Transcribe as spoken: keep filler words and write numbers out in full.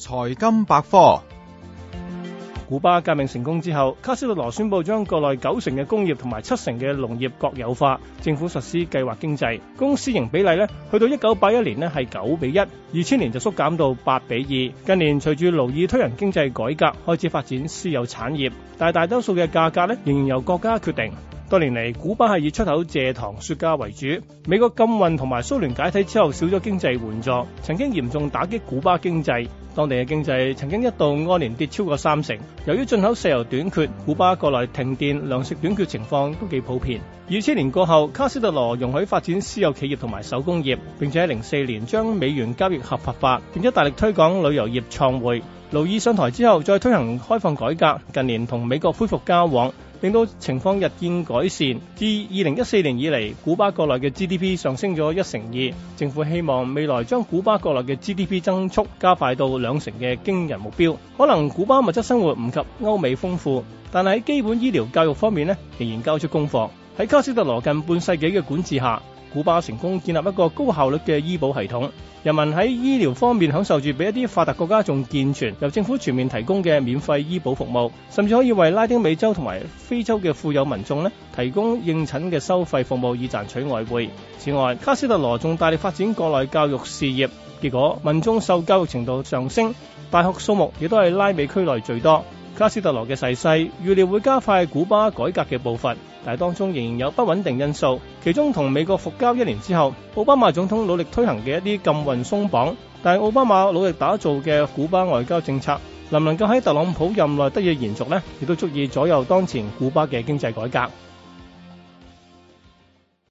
財金百科。 古巴革命成功之後，卡斯特羅宣布將國內九成嘅工業同埋七成嘅農業國有化，政府實施計劃經濟，公私營比例咧去到一九八一年咧係九比一，二千年就縮減到八比二。近年隨住勞爾推行經濟改革，開始發展私有產業，但係大多數嘅價格咧仍然由國家決定。多年嚟，古巴係以出口蔗糖、雪茄為主。美國禁運同埋蘇聯解體之後，少咗經濟援助，曾經嚴重打擊古巴經濟。當地嘅經濟曾經一度按年跌超過三成。由於進口石油短缺，古巴國內停電、糧食短缺情況都幾普遍。二千年過後，卡斯特羅容許發展私有企業同埋手工業，並且喺零四年將美元交易合法化，並且大力推廣旅遊業創匯。勞爾上台之後，再推行開放改革，近年同美國恢復交往，令到情況日漸改善。自二零一四年以嚟，古巴國內嘅 G D P 上升咗一成二。政府希望未來將古巴國內嘅 G D P 增速加快到兩成嘅驚人目標。可能古巴物質生活唔及歐美豐富，但係喺基本醫療教育方面呢，仍然交出功課。喺卡斯特羅近半世紀嘅管治下，古巴成功建立一個高效率嘅醫保系統，人民喺醫療方面享受住比一啲發達國家仲健全，由政府全面提供嘅免費醫保服務，甚至可以為拉丁美洲同埋非洲嘅富有民眾呢提供應診嘅收費服務，以賺取外匯。此外，卡斯特羅仲大力發展國內教育事業，結果民眾受教育程度上升，大學數目亦都係拉美區內最多。卡斯特羅嘅逝世預料會加快古巴改革嘅步伐，但係當中仍然有不穩定因素，其中同美國復交一年之後，奧巴馬總統努力推行嘅一啲禁運鬆綁，但係奧巴馬努力打造嘅古巴外交政策能唔能夠喺特朗普任內得以延續呢？亦都足以左右當前古巴嘅經濟改革。